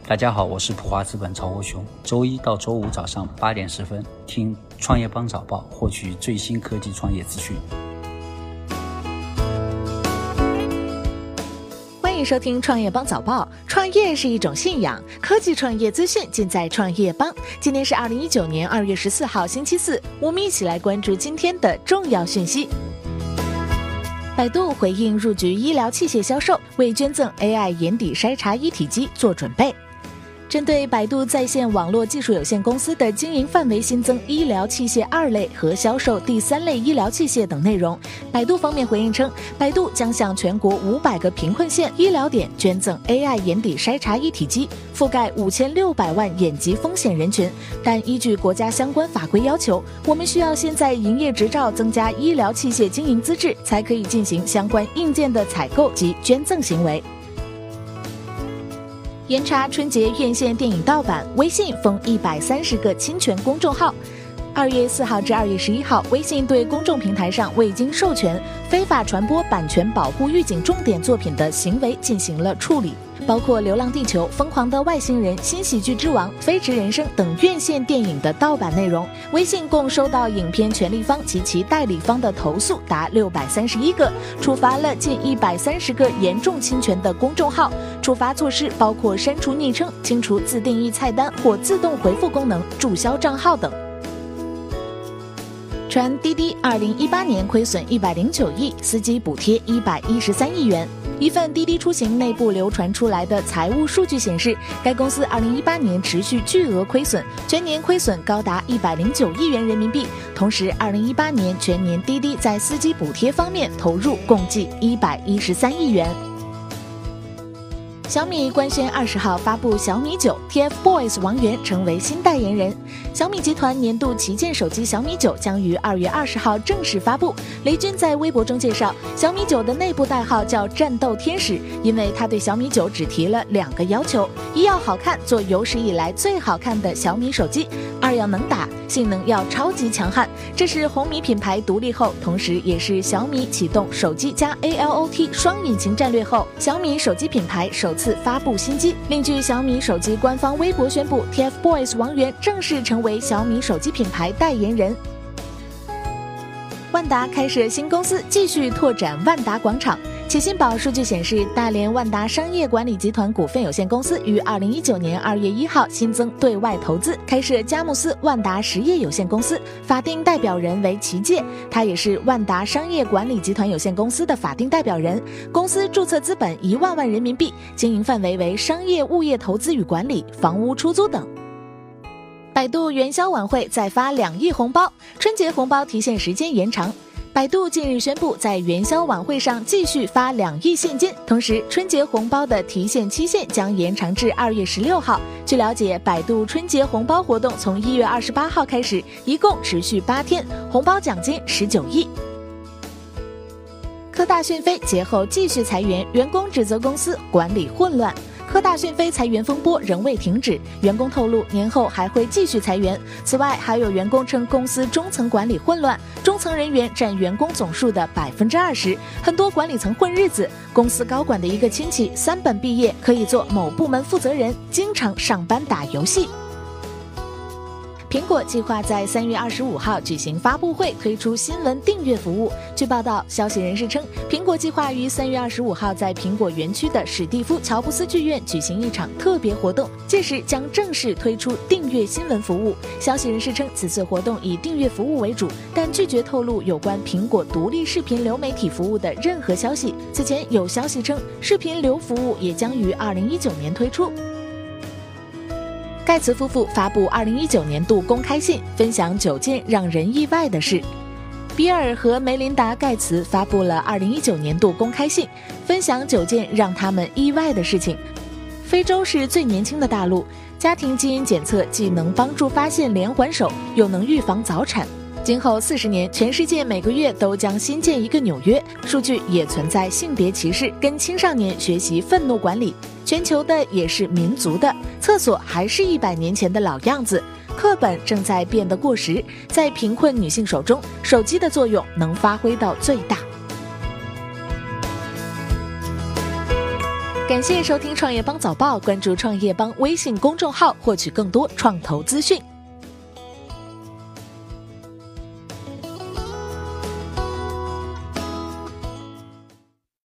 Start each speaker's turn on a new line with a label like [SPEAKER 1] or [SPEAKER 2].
[SPEAKER 1] 大家好，我是普华资本曹国雄。周一到周五早上8点10分，听创业邦早报，获取最新科技创业资讯。
[SPEAKER 2] 欢迎收听创业邦早报。创业是一种信仰，科技创业资讯尽在创业邦。今天是2019年2月14号星期四，我们一起来关注今天的重要讯息。百度回应入局医疗器械销售，为捐赠 AI 眼底筛查一体机做准备。针对百度在线网络技术有限公司的经营范围新增医疗器械2类和销售第3类医疗器械等内容，百度方面回应称，百度将向全国500个贫困县医疗点捐赠 AI 眼底筛查一体机，覆盖5600万眼疾风险人群，但依据国家相关法规要求，我们需要先在营业执照增加医疗器械经营资质，才可以进行相关硬件的采购及捐赠行为。严查春节院线电影盗版，微信封130个侵权公众号。2月4号至2月11号，微信对公众平台上未经授权非法传播版权保护预警重点作品的行为进行了处理，包括《流浪地球》、《疯狂的外星人》、《新喜剧之王》、《飞驰人生》等院线电影的盗版内容。微信共收到影片权利方及其代理方的投诉达631个，处罚了近130个严重侵权的公众号。处罚措施包括删除昵称、清除自定义菜单或自动回复功能、注销账号等。传滴滴2018年亏损109亿，司机补贴113亿元。一份滴滴出行内部流传出来的财务数据显示，该公司2018年持续巨额亏损，全年亏损高达109亿元人民币。同时2018年全年滴滴在司机补贴方面投入共计113亿元。小米官宣20号发布小米9 ，TFBOYS 王源成为新代言人。小米集团年度旗舰手机小米9将于2月20号正式发布。雷军在微博中介绍，小米9的内部代号叫战斗天使，因为他对小米9只提了2个要求：一要好看，做有史以来最好看的小米手机；二要能打，性能要超级强悍。这是红米品牌独立后，同时也是小米启动手机加 ALOT 双引擎战略后，小米手机品牌首次发布新机。另据小米手机官方微博宣布， TFBOYS 王源正式成为小米手机品牌代言人。万达开设新公司，继续拓展万达广场。启信宝数据显示，大连万达商业管理集团股份有限公司于2019年2月1号新增对外投资，开设佳木斯万达实业有限公司，法定代表人为齐介，他也是万达商业管理集团有限公司的法定代表人。公司注册资本1万万人民币，经营范围为商业物业投资与管理、房屋出租等。百度元宵晚会再发2亿红包，春节红包提现时间延长。百度近日宣布，在元宵晚会上继续发2亿现金，同时春节红包的提现期限将延长至2月16号。据了解，百度春节红包活动从1月28号开始，一共持续8天，红包奖金19亿。科大讯飞节后继续裁员，员工指责公司管理混乱。科大讯飞裁员风波仍未停止，员工透露年后还会继续裁员。此外，还有员工称公司中层管理混乱，中层人员占员工总数的20%，很多管理层混日子。公司高管的一个亲戚3本毕业，可以做某部门负责人，经常上班打游戏。苹果计划在3月25号举行发布会，推出新闻订阅服务。据报道，消息人士称，苹果计划于3月25号在苹果园区的史蒂夫·乔布斯剧院举行一场特别活动，届时将正式推出订阅新闻服务。消息人士称，此次活动以订阅服务为主，但拒绝透露有关苹果独立视频流媒体服务的任何消息。此前有消息称，视频流服务也将于2019年推出。盖茨夫妇发布2019年度公开信，分享9件让人意外的事。比尔和梅琳达·盖茨发布了2019年度公开信，分享9件让他们意外的事情。非洲是最年轻的大陆，家庭基因检测既能帮助发现连环手，又能预防早产。今后40年，全世界每个月都将新建一个纽约。数据也存在性别歧视，跟青少年学习愤怒管理。全球的也是民族的，厕所还是100年前的老样子。课本正在变得过时，在贫困女性手中，手机的作用能发挥到最大。 感谢收听创业邦早报，关注创业邦微信公众号，获取更多创投资讯。